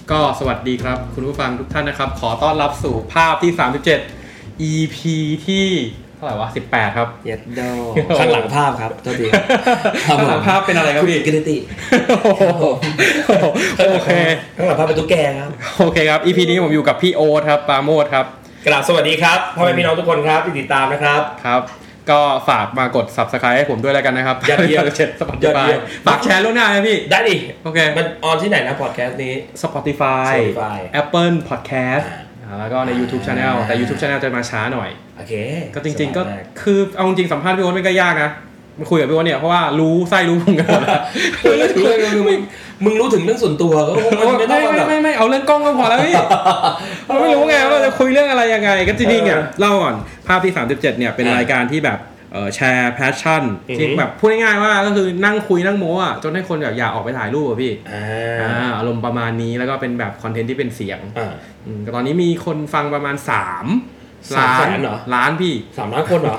ก็สวัสดีครับคุณผู้ฟังทุกท่านนะครับขอต้อนรับสู่ภาพที่37 EP ที่เท่าไหร่วะ18ครับเย็ดโดข้างหลังภาพครับตัวดีข้างหลังภาพเป็นอะไรครับพี่กินติโอเคข้างหลังภาพเป็นตุ๊กแกครับโอเคครับ EP นี้ผมอยู่กับพี่โอ๊ตครับปราโมชครับกราบสวัสดีครับพ่อแม่พี่น้องทุกคนครับที่ติดตามนะครับครับก็ฝากมากด Subscribe ให้ผมด้วยแล้วกันนะครับยอดเยี่ยม Spotify ฝากแชร์ล่วงหน้าเลยพี่ได้ดิโอเคมันออนที่ไหนนะพอดแคสต์นี้ Spotify Apple Podcast แล้วก็ใน YouTube Channel แต่ YouTube Channel จะมาช้าหน่อยโอเคก็จริงๆก็คือเอาจริงสัมภาษณ์พี่โอ๊ตไม่ก็ยากนะมาคุยกับพี่โอ๊ตเนี่ยเพราะว่ารู้ไส้รู้พุงกันหมดแล้วมึงรู้ถึงเรื่องส่วนตัวก็ไม่เอาเรื่องกล้องก็พอแล้วพี่เราไม่รู้ไงว่าจะคุยเรื่องอะไรยังไงก็จริงๆเนี่ยเล่าก่อนภาพที่37เนี่ยเป็นรายการที่แบบแชร์แพชชั่นที่แบบพูดง่ายๆว่าก็คือนั่งคุยนั่งโม้อ่ะจนให้คนแบบอยากออกไปถ่ายรูปอ่ะพี่อารมณ์ประมาณนี้แล้วก็เป็นแบบคอนเทนต์ที่เป็นเสียงตอนนี้มีคนฟังประมาณ3 ล้านพี่ 3 ล้านคนเหรอ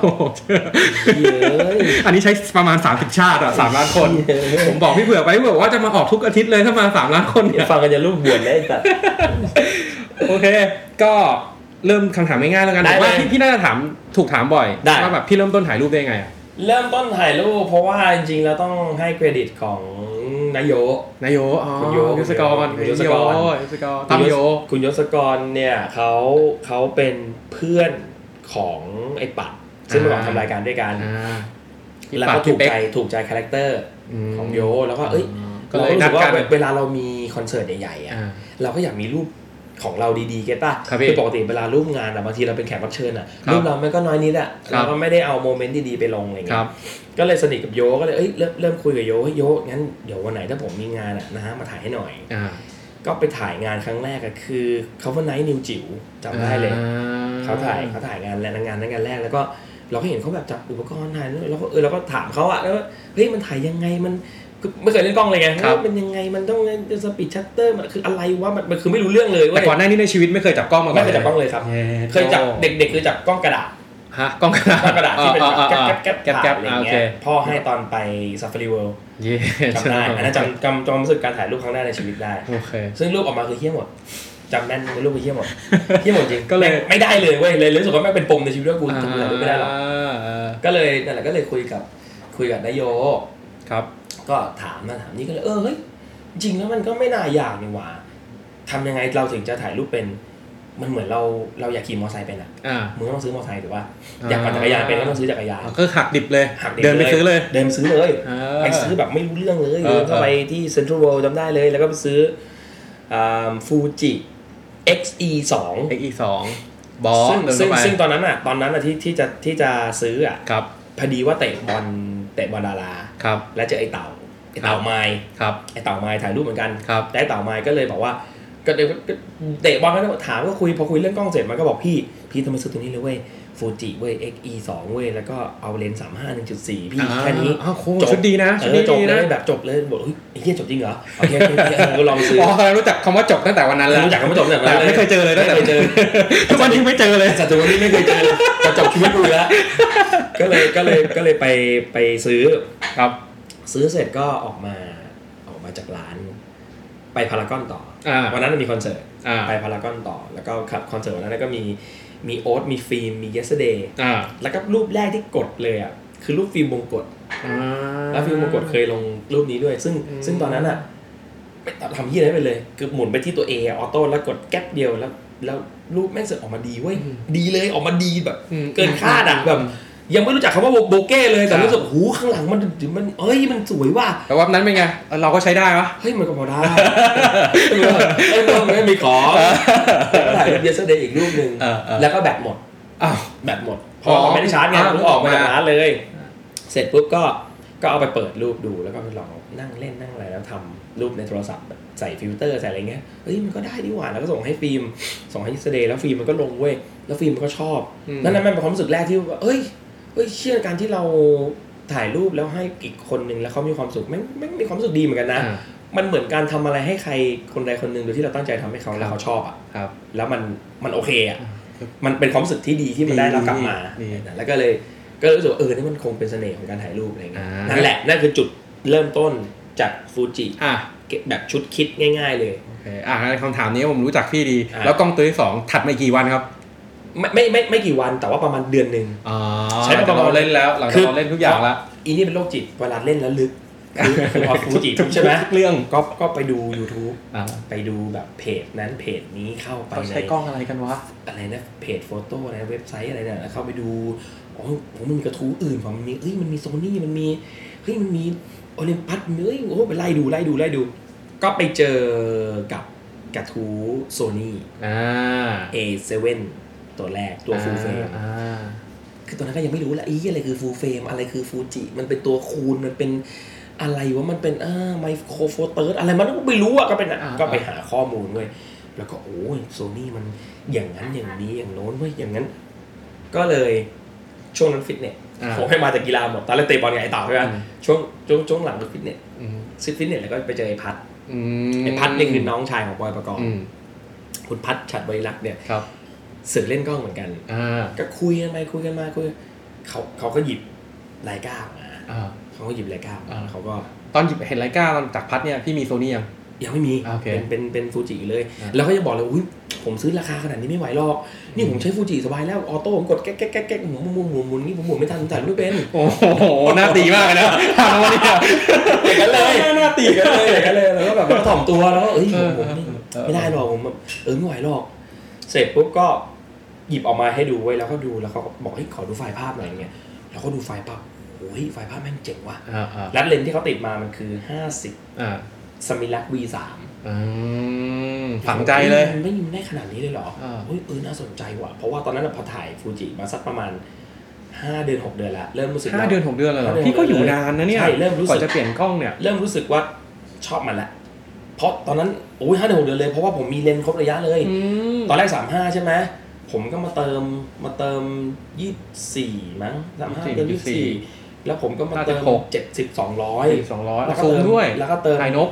อันนี้ใช้ประมาณ30ชาติอ่ะ3 ล้านคนผมบอกพี่เผือกไปพี่เผือกว่าจะมาออกทุกอาทิตย์เลยถ้ามา3 ล้านคนเนี่ยฟังกันจะรูปบวชได้แต่โอเคก็เริ่มคำถามง่ายๆแล้วกันแต่ว่าพี่น่าจะถูกถามบ่อยว่าแบบพี่เริ่มต้นถ่ายรูปได้ไงอ่ะเริ่มต้นถ่ายรูปเพราะว่าจริงๆแล้วต้องให้เครดิตของนายโยคุณโยยศกรตั้มโยคุณยศกรเนี่ยเขาเป็นเพื่อนของไอ้ปัดซึ่งเมื่อก่อนทำรายการด้วยกันแล้วก็ถูกใจคาแรคเตอร์ของโยแล้วก็เรารู้สึกว่าเวลาเรามีคอนเสิร์ตใหญ่ๆอ่ะเราก็อยากมีรูปของเราดีๆเก็ตป่ะคือปกติเวลารูปงานอ่ะบางทีเราเป็นแขกรับเชิญอ่ะรูปเรามันก็น้อยนิดอ่ะเราก็ไม่ได้เอาโมเมนต์ดีๆไปลงอะไรเงี้ยก็เลยสนิทกับโยก็เลยเริ่มคุยกับโยโยงั้นเดี๋ยววันไหนถ้าผมมีงานอ่ะนะฮะมาถ่ายให้หน่อยก็ไปถ่ายงานครั้งแรกก็คือCover Nightนิวจิ๋วจำได้เลยเขาถ่ายงานแรกแล้วก็เราก็เห็นเขาแบบจับอุปกรณ์ถ่ายแล้วเราก็ถามเขาอ่ะแล้วเฮ้ยมันถ่ายยังไงมันไม่เคยเล่นกล้องเลยไงมันยังไงมันต้องสปีดชัตเตอร์มันคืออะไรวะมันคือไม่รู้เรื่องเลยแต่ก่อนหน้านี้ในชีวิตไม่เคยจับกล้องมาก่อนไม่เคยจับกล้องเลยครับเคยจับเด็กๆคือจับกล้องกระดาษกล้องกระดาษที่เป็นแก๊ปอะไรเงี้ยพ่อให้ตอนไป Safari World จำได้อันนั้นจำรู้สึกการถ่ายรูปครั้งแรกในชีวิตได้ซึ่งรูปออกมาคือเหี้ยหมดจำแม่นรูปคือเหี้ยหมดจริงก็เลยไม่ได้เลยเว้ยเลยรู้สึกว่าไม่เป็นปมในชีวิตว่ากูทำอะไรไม่ได้หรอกก็เลยนั่นแหละก็เลยคุยกับนายโยครับก็ถามนี่ก็เลยเฮ้ยจริงแล้วมันก็ไม่น่ายากนี่หว่าทำยังไงเราถึงจะถ่ายรูปเป็นมันเหมือนเราอยากขี่มอเตอร์ไซค์เป็นมึงต้องซื้อมอเตอร์ไซค์ถูกป่ะอยากปั่นจักรยานเป็นก็ต้องซื้อจักรยานก็หักดิบเลยเดินไปซื้อเลยไปซื้อแบบไม่รู้เรื่องเลยเดินเข้าไปที่เซ็นทรัลเวิลด์จำได้เลยแล้วก็ไปซื้อFuji XE2 บอสซึ่งตอนนั้นที่จะซื้ออ่ะพอดีว่าเตะบอลดาราแล้วเจอไอ้เต่าไม้ไอ้เต่าไม้ถ่ายรูปเหมือนกันแต่ไอ้เต่าไม้ก็เลยบอกว่าก็เตะบอลแล้วถามก็คุยพอคุยเรื่องกล้องเสร็จมันก็บอกพี่ทำไมซื้อตัวนี้เลยเว้ยฟูจิเว้ย XE2 เว้ยแล้วก็เอาเลนส์ 35 1.4 พี่แค่นี้ชุดดีนะจบเลยแบบจบเลยบอกเฮ้ยไอ้เหี้ยจบจริงเหรอโอเคก็ลองซื้อรู้จักคำว่าจบตั้งแต่วันนั้นแล้วรู้จักคำว่าจบตั้งแต่แต่ไม่เคยเจอเลยตั้งแต่เจอทุกวันนี้ไม่เจอเลยแต่วันนี้ไม่เคยเจอจะจบชีวิตกูแล้วก็เลยไปซื้อครับซื้อเสร็จก็ออกมาจากร้านไปพารากอนต่อวันนั้นมีคอนเสิร์ตไปพารากอนต่อแล้วก็คอนเสิร์ตวันนั้นก็มีโอ๊ตมีฟิล์มมี yesterday แล้วก็รูปแรกที่กดเลยอ่ะคือรูปฟิล์มวงกตแล้วฟิล์มวงกตเคยลงรูปนี้ด้วยซึ่งตอนนั้นอ่ะทำที่อะไรไปเลยคือหมุนไปที่ตัว A ออโต้แล้วกดแก๊ปเดียวแล้วรูปแม่งเสร็จออกมาดีเว้ยดีเลยออกมาดีแบบเกินคาดอ่ะแบบยังไม่รู้จักคำว่าโบเก้เลยแต่รู้สึกหูข้างหลังมันมันสวยว่ะแต่ว่านั้นเป็นไงเราก็ใช้ได้ปะเฮ้ยมันก็พอได้ไม่มีของถ่ายรูป yesterday อีกรูปนึงแล้วก็แบตหมดพอไม่ได้ชาร์จไงมันออกมาจากร้านเลยเสร็จปุ๊บก็เอาไปเปิดรูปดูแล้วก็ไปลองนั่งเล่นนั่งอะไรแล้วทำรูปในโทรศัพท์ใส่ฟิลเตอร์ใส่อะไรเงี้ยเฮ้ยมันก็ได้ดีหว่าแล้วก็ส่งให้ฟิล์มส่งให้ yesterday แล้วฟิล์มมันก็ลงเว้ยแล้วฟิล์มมันก็ชอบนั่นเป็นความรู้สึกแรกที่ว่าเฮ้ยเชื่อการที่เราถ่ายรูปแล้วให้อีกคนนึงแล้วเขามีความสุขไม่มีความรู้สึกดีเหมือนกันนะมันเหมือนการทำอะไรให้ใครคนใดคนนึงโดยที่เราตั้งใจทำให้เขาแล้วเขาชอบอ่ะแล้วมันโอเคอ่ะมันเป็นความรู้สึกที่ดีที่มันได้รับกลับมาแล้วก็รู้สึกนี่มันคงเป็นเสน่ห์ของการถ่ายรูปอะไรเงี้ยนั่นแหละนั่นคือจุดเริ่มต้นจากฟูจิแบบชุดคิดง่ายๆเลยโอเคคำถามนี้ผมรู้จักพี่ดีแล้วกล้องตัวที่2ถัดมากี่วันครับไม่กี่วันแต่ว่าประมาณเดือนนึงใช้ประมาณเล่นแล้วหลังจากเราเล่นทุกอย่างแล้วอีนี่เป็นโรคจิตเวลาเล่นแล้วลึกคือพอฟูจิใช่ไหมเรื่องก็ไปดู YouTube ไปดูแบบเพจนั้นเพจนี้เข้าไปใช้กล้องอะไรกันวะอะไรนะเพจโฟโต้อะไรเว็บไซต์อะไรเนี่ยแล้วเข้าไปดูผมมันมีกระทู้อื่นของมันมีโซนี่มันมีโอลิมปัสไปไล่ดูก็ไปเจอกับกระทู้โซนี่A7 ตัวแรกตัวฟูลเฟรมคือตอนนั้นก็ยังไม่รู้แหละอะไรคือฟูลเฟรมอะไรคือฟูจิมันเป็นตัวคูณมันเป็นอะไรวะมันเป็นไมโครโฟเตอร์อะไรมันก็ไม่รู้อ่ะก็ไปหาข้อมูลเว้ยแล้วก็โซนี่มันอย่างนั้นอย่างนี้อย่างโน้นเว้ยอย่างนั้นก็เลยช่วงนั้นฟิตเนสผมให้มาจากกีฬาหมดตอนแรกเตะบอลไงไอ้เต่าใช่ไหมช่วงหลังก็ฟิตเนสฟิตเนสแล้วก็ไปเจอไอ้พัดนี่คือน้องชายของบอยประกอบคุณพัดฉัตรบริลักษ์เนี่ยสึกเล่นกล้องเหมือนกันก็คุยกันมาเขาก็หยิบไลกามาเขาก็หยิบไลกาเขาก็ตอนหยิบเห็นไลกาตอนจากพัดเนี่ยพี่มีโซนี่ยังไม่มีเป็นฟูจิเลยแล้วก็จะบอกเลยผมซื้อราคาขนาดนี้ไม่ไหวหรอกนี่ผมใช้ฟูจิสบายแล้วออโต้ผมกดแก๊กหมุนนี่ผมหมุนไม่ทันถ่ายไม่เป็นโอ้โหหน้าตีมากเลยนะทำวันนี้อย่างนั้นเลยหน้าตีกันเลยแล้วก็แบบมาถ่อมตัวแล้วผมไม่ได้หรอกผมไม่ไหวหรอกเสร็จปุ๊บก็หยิบออกมาให้ดูไว้แล้วก็ดูแล้วเขาบอกขอดูไฟล์ภาพหน่อยอย่างเงี้ยแล้วก็ดูไฟล์ภาพไฟล์ภาพแม่งเจ๋งว่ะแล้วเลนส์ที่เขาติดมามันคือ50 Smilac V3 ฝังใจเลยไม่ได้ขนาดนี้เลยเหรอน่าสนใจว่ะเพราะว่าตอนนั้นพอถ่ายฟูจิมาสักประมาณ5 เดือน 6 เดือนแล้วเริ่มรู้สึก 5 เดือน 6 เดือนเลยพี่ก็อยู่นานนะเนี่ยก่อนจะเปลี่ยนกล้องเนี่ยเริ่มรู้สึกว่าชอบมันละเพราะตอนนั้น5 เดือน 6 เดือนเลยเพราะว่าผมมีเลนส์ครบระยะเลยตอนแรก35ใช่ไหมผมก็มาเติม24มั้ง35เติม24แล้วผมก็มาเติม70 200 แล้วก็เติมด้วยแล้วก็เติมไฮนก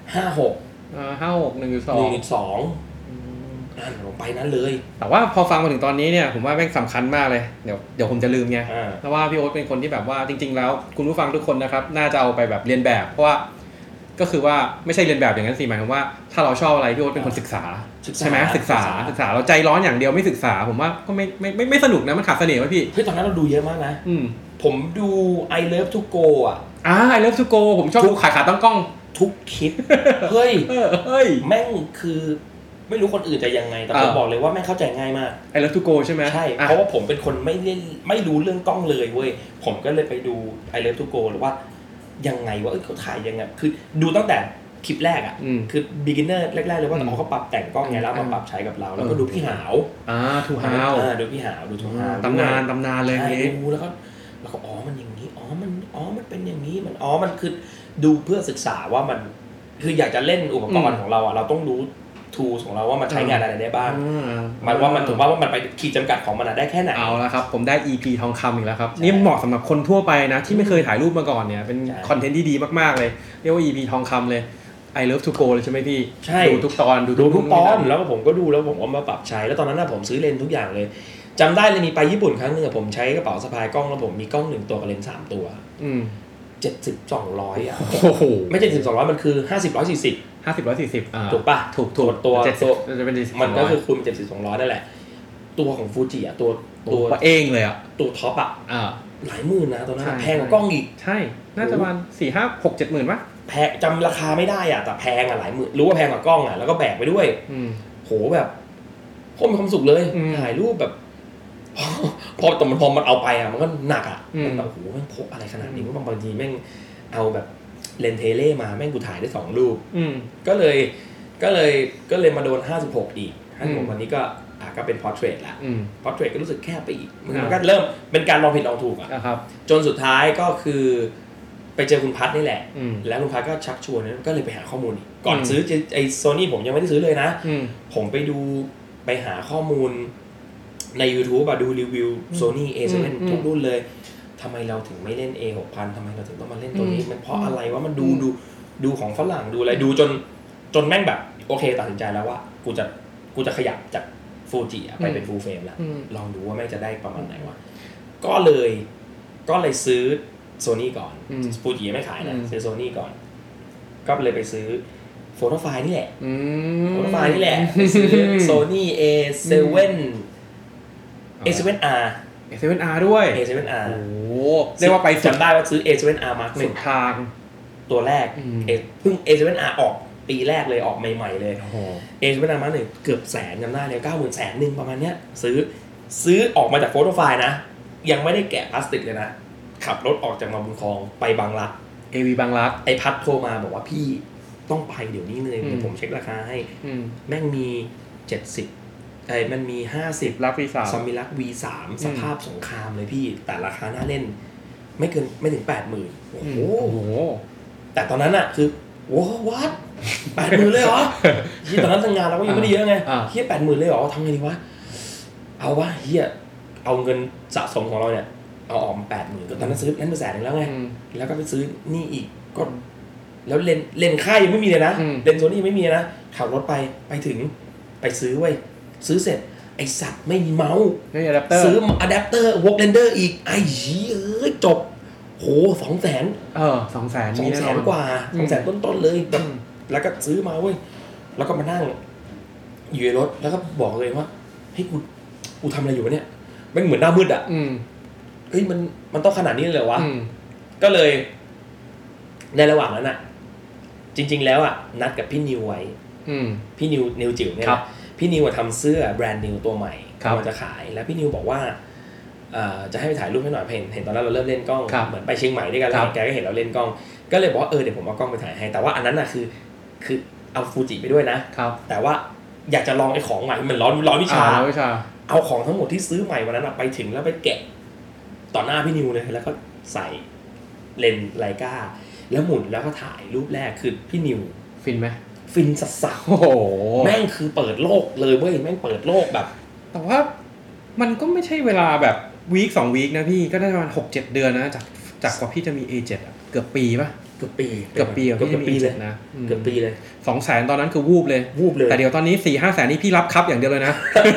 56 1.2ลงไปนั้นเลยแต่ว่าพอฟังมาถึงตอนนี้เนี่ยผมว่าแม่งสำคัญมากเลยเดี๋ยวผมจะลืมไงเพราะว่าพี่โอ๊ตเป็นคนที่แบบว่าจริงๆแล้วคุณผู้ฟังทุกคนนะครับน่าจะเอาไปแบบเรียนแบบเพราะว่าก็คือว่าไม่ใช่เรียนแบบอย่างนั้นสิหมายความว่าถ้าเราชอบอะไรพี่โอ๊ตเป็นคนศึกษาใช่ไหมศึกษาเราใจร้อนอย่างเดียวไม่ศึกษาผมว่าก็ไม่สนุกนะมันขาดเสน่ห์ไหมพี่ตอนนั้นเราดูเยอะมากนะผมดู I Love to Go I Love to Go ผมชอบดูขายตั้งกล้องทุกคลิปเฮ้ยแม่งคือไม่รู้คนอื่นจะยังไงแต่ผมบอกเลยว่าแม่งเข้าใจง่ายมาก I Love to Go ใช่ไหมใช่เพราะว่าผมเป็นคนไม่รู้เรื่องกล้องเลยเว้ยผมก็เลยไปดู I Love to Go หรือว่ายังไงว่าเขาถ่ายยังไงคือดูตั้งแต่คลิปแรกคือ beginner แรกๆเลยว่าเขาปรับแต่งกล้องไงแล้วมาปรับใช้กับเราแล้วก็ดูพี่หาวทูฮาวดูพี่หาวดูทูฮาวตำนานเลยดูแล้วก็มันอย่างนี้มันเป็นอย่างนี้มันคือดูเพื่อศึกษาว่ามันคืออยากจะเล่นอุปกรณ์ของเราเราต้องรู้tools ของเราว่ามันใช้งานอะไรได้บ้างมันว่ามันถึงว่ามันไปขีดจำกัดของมันได้แค่ไหนเอาละครับผมได้ EP ทองคำอีกแล้วครับนี่เหมาะสำหรับคนทั่วไปนะที่ไม่เคยถ่ายรูปมาก่อนเนี่ยเป็นคอนเทนต์ที่ดีมากๆเลยเรียกว่า EP ทองคำเลย I Love to Go เลยใช่ไหมพี่ดูทุกตอนดูทุกตอนแล้วผมก็ดูแล้วผมเอามาปรับใช้แล้วตอนนั้นผมซื้อเลนส์ทุกอย่างเลยจำได้เลยมีไปญี่ปุ่นครั้งนึงผมใช้กระเป๋าสะพายกล้องแล้วผมมีกล้อง1ตัวกับเลนส์3ตัว70 200ไม่ใช่70 200มันคือ50 140ถูกป่ะถูกตัวจะเป็นมันก็คือคูณ70 200นั่นแหละตัวของฟูจิตัวเองเลยตัวท็อปหลายหมื่นนะตอนนั้นแพงกว่ากล้องอีกใช่น่าจะประมาณ 4 5 6 7 หมื่นป่ะแพงจำราคาไม่ได้แต่แพงหลายหมื่นรู้ว่าแพงกว่ากล้องแล้วก็แบกไปด้วยโหแบบโคตรมีความสุขเลยถ่ายรูปแบบพอมันเอาไปมันก็หนักมันแบบโหแม่งพกอะไรขนาดนี้บางทีแม่งเอาแบบเลนเทเล่มาแม่งกูถ่ายได้2รูปก็เลยมาโดน56อีก56วันนี้ก็เป็น portrait ละ portrait ก็รู้สึกแคบไปอีกมันก็เริ่มเป็นการลองผิดลองถูกจนสุดท้ายก็คือไปเจอคุณพัทนี่แหละแล้วคุณพัทก็ชักชวนก็เลยไปหาข้อมูลอีกก่อนซื้อไอ้ Sony ผมยังไม่ได้ซื้อเลยนะผมไปหาข้อมูลใน YouTube ดูรีวิว Sony A7 ทุกรุ่นเลยทำไมเราถึงไม่เล่น A6000 ทำไมเราถึงต้องมาเล่นตัวนี้มันเพราะอะไรว่ามันดูของฝรั่งดูอะไรดูจนแม่งแบบโอเคตัดสินใจแล้วว่ากูจะขยับจากฟูจิไปเป็นฟูลเฟรมแล้วลองดูว่าแม่งจะได้ประมาณไหนวะก็เลยซื้อ Sony ก่อนฟูจิยังไม่ขายนะซื้อ Sony ก่อนก็เลยไปซื้อโตไฟล์นี่แหละโฟโต้ไฟล์นี่แหละไปซื้อ Sony A7 A7R A7R ด้วย A7R โอ้เรียกว่าไปจำได้ว่าซื้อ A7R Mark สุดทางตัวแรกเพิ่ง A7R ออกปีแรกเลยออกใหม่ๆเลย A7R Mark 1เกือบแสนจำได้เลย 90,000 แสนนึงประมาณเนี้ยซื้อออกมาจากโฟโต้ไฟล์นะยังไม่ได้แกะพลาสติกเลยนะขับรถออกจากมาบุญครองไปบางรัก AV บางรักไอ้พัดโทรมาบอกว่าพี่ต้องไปเดี๋ยวนี้เลยเดี๋ยวผมเช็คราคาให้แม่งมี70มันมี50 รัก V3 ซอมมิลัก V3 สภาพสงครามเลยพี่แต่ราคาน่าเล่นไม่ถึง 80,000 โอ้โหแต่ตอนนั้นอ่ะคือโว้วัด 80,000 เลยเหรอที่ตอนนั้นทำงานเราก็ยังไม่ได้เยอะไงเฮีย 80,000 เลยเหรอทำไงดีวะเอาวะเฮียเอาเงินสะสมของเราเนี่ยเอาออกมา 80,000 ตอนนั้นซื้อเล่นไป100,000แล้วไงแล้วก็ไปซื้อนี่อีกก็แล้วเลนค่ายยังไม่มีเลยนะเลนโซนี่ยังไม่มีนะขับรถไปถึงไปซื้อเว้ยซื้อเสร็จไอสัตว์ไม่มีเมาส์ซื้ออะแดปเตอร์วอล์กเรนเดอร์อีกไอ้เหี้ยจบโห 200,000 200,000 มีแน่นอน 200,000 กว่า 200,000 ต้นๆเลยแล้วก็ซื้อมาเว้ยแล้วก็มานั่งอยู่ในรถแล้วก็บอกเลยว่าเฮ้ยกูทำอะไรอยู่วะเนี่ยมันเหมือนหน้ามืดอ่ะเฮ้ยมันต้องขนาดนี้เลยเหรอวะก็เลยในระหว่างนั้นอ่ะจริงๆแล้วอ่ะนัดกับพี่นิวไว้พี่นิวจิ๋วเนี่ยพี่นิวทำเสื้อแบรนด์นิวตัวใหม่มันจะขายแล้วพี่นิวบอกว่าจะให้ไปถ่ายรูปให้หน่อยเห็นตอนนั้นเราเริ่มเล่นกล้องเหมือนไปเชียงใหม่ด้วยกันแล้วแกก็เห็นเราเล่นกล้องก็เลยบอกว่าเดี๋ยวผมเอากล้องไปถ่ายให้แต่ว่าอันนั้นน่ะคือเอาฟูจิไปด้วยนะแต่ว่าอยากจะลองไอ้ของใหม่มันร้อนวิชาเอาของทั้งหมดที่ซื้อใหม่วันนั้นไปถึงแล้วไปแกะต่อหน้าพี่นิวเลยแล้วก็ใส่เลนส์ไลกาแล้วหมุนแล้วก็ถ่ายรูปแรกคือพี่นิวฟินไหมฟินสัสๆโอ้โหแม่งคือเปิดโลกเลยเว้ยแม่งเปิดโลกแบบแต่ว่ามันก็ไม่ใช่เวลาแบบวีค2วีคนะพี่ก็ได้ประมาณ 6-7 เดือนนะจากกว่าพี่จะมี A7 อ่ะเกือบปีป่ะเกือบปีพี่จะมี A7 นะเกือบปีเลย 200,000 ตอนนั้นคือวูบเลยแต่เดี๋ยวตอนนี้ 4-5 แสนนี่พี่รับครับอย่างเดียวเลยนะ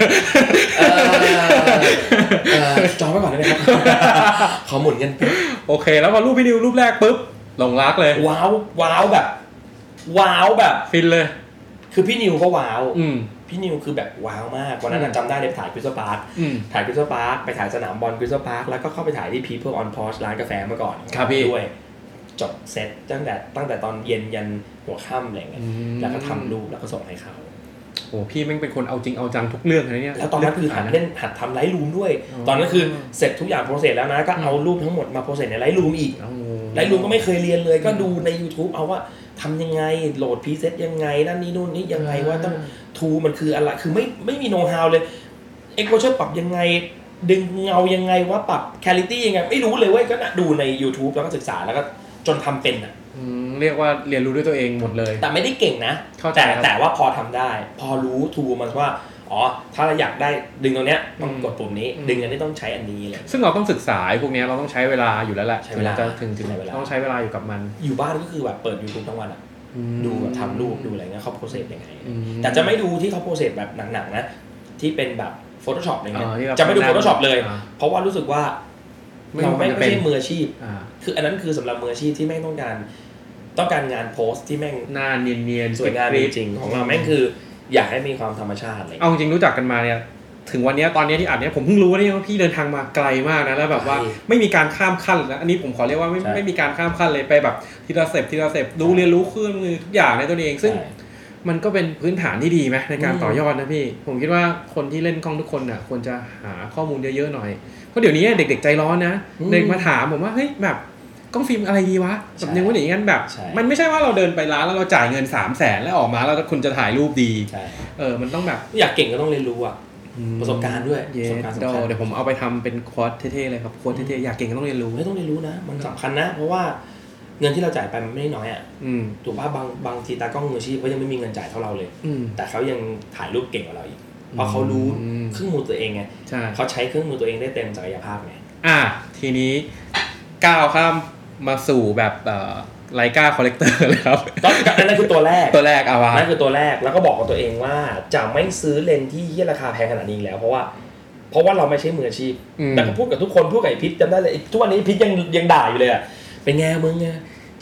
จองไว้ก่อนได้มั้ยครับขอหมุนกันโอเคแล้วพอรูปพี่นิวรูปแรกปุ๊บหลงรักเลยว้าวแบบฟินเลยคือพี่นิวก็ว้าวพี่นิวคือแบบว้าวมากวันนั้นจำได้เลยถ่ายคริสตัลพาร์คไปถ่ายสนามบอลคริสตัลพาร์คแล้วก็เข้าไปถ่ายที่ People on Porsche ร้านกาแฟเมื่อก่อนด้วยจบเซตตั้งแต่ตอนเย็นยันหัวค่ำอะไรเงี้ยแล้วก็ทำรูปแล้วก็ส่งให้เขาโอ้พี่แม่งเป็นคนเอาจริงเอาจังทุกเรื่องเลยเนี่ยแล้วตอนนั้นคือหัดทำไลท์รูมด้วยตอนนั้นคือเสร็จทุกอย่างโปรเซสแล้วนะก็เอารูปทั้งหมดมาโปรเซสในไลท์รูมอีกไลท์รูมก็ไม่เคยเรียนเลยก็ดูใน YouTube เอาว่าทำยังไงโหลดพรีเซตยังไงนั่นนี่นู่นนี่ยังไงว่าต้องทูมันคืออะไรคือไม่มีโน้ตฮาวเลยเอ็กโพเชอร์ปรับยังไงดึงเงายังไงว่าปรับแคลิตี้ยังไงไม่รู้เลยเว้ยก็ดูใน YouTube แล้วก็ศึกษาแล้วก็จนทำเป็นอ่ะเรียกว่าเรียนรู้ด้วยตัวเองหมดเลยแต่ไม่ได้เก่งนะแต่ว่าพอทำได้พอรู้ทูมันว่าอ๋อถ้าเราอยากได้ดึงตรงเนี้ยต้องกดปุ่มนี้ดึงอันนี้ต้องใช้อันนี้เลยซึ่งเราต้องศึกษาพวกนี้เราต้องใช้เวลาอยู่แล้วแหละใช้เวลาจะถึงต้องใช้เวลาอยู่กับมันอยู่บ้านก็คือแบบเปิด YouTube ทั้งวันอ่ะดูแบบทำรูปดูอะไรเงี้ยเขาโปรเซสยังไงแต่จะไม่ดูที่เขาโปรเซสแบบหนักๆนะที่เป็นแบบ Photoshop อะไรเงี้ยจะไม่ดู Photoshop เลยเพราะว่ารู้สึกว่าเราไม่ใช่มืออาชีพคืออันนั้นคือสำหรับมืออาชีพที่ไม่ต้องการงานโพสที่แม่งหน้าเนียนๆสวยงามจริงๆของเราแม่งคืออยากให้มีความธรรมชาติอะไรเอาจริงรู้จักกันมาเนี่ยถึงวันนี้ตอนนี้ที่อัดเนี่ยผมเพิ่งรู้ว่าพี่เดินทางมาไกลมากนะแล้วแบบว่าไม่มีการข้ามขั้นแล้วอันนี้ผมขอเรียกว่าไม่มีการข้ามขั้นเลยไปแบบทีละสเต็ปดูเรียนรู้เครื่องมือทุกอย่างในตัวเองซึ่งมันก็เป็นพื้นฐานที่ดีไหมในการต่อยอดนะพี่ผมคิดว่าคนที่เล่นกล้องทุกคนน่ะควรจะหาข้อมูลเยอะๆหน่อยเพราะเดี๋ยวนี้เด็กๆใจร้อนนะเด็กมาถามผมว่าเฮ้ยแบบกล้องฟิล์มอะไรดีวะแบบนึงว่าอย่างงั้นแบบมันไม่ใช่ว่าเราเดินไปร้านแล้วเราจ่ายเงิน 300,000 แล้วออกมาแล้วคุณจะถ่ายรูปดีมันต้องแบบอยากเก่งก็ต้องเรียนรู้อ่ะประสบการณ์ด้วยประสบการณ์สำคัญเดี๋ยวผมเอาไปทำเป็นคอร์สเท่ๆเลยครับคอร์สเท่ๆอยากเก่งก็ต้องเรียนรู้ไม่ต้องเรียนรู้นะมันสำคัญนะเพราะว่าเงินที่เราจ่ายไปมันไม่ได้น้อยอ่ะถูกป่ะบางทีตากล้องมืออาชีพเขายังไม่มีเงินจ่ายเท่าเราเลยแต่เขายังถ่ายรูปเก่งกว่าเราอีกเพราะเขารู้เครื่องมือตัวเองไงเขาใช้เครื่องมือตัวเองได้เต็มศักยภาพไงทีนี้ก้าวข้ามมาสู่แบบไลกาคอลเลกเตอร์เลยครับนั่นคือตัวแรกวะนั่นคือตัวแรกแล้วก็บอกกับตัวเองว่าจะไม่ซื้อเลนส์ที่ราคาแพงขนาดนี้แล้วเพราะว่าเราไม่ใช่มืออาชีพแต่ก็พูดกับทุกคนพูดกับไอ้พิษจำได้เลยทุกวันนี้พิษยังด่าอยู่เลยอ่ะเป็นไงมึง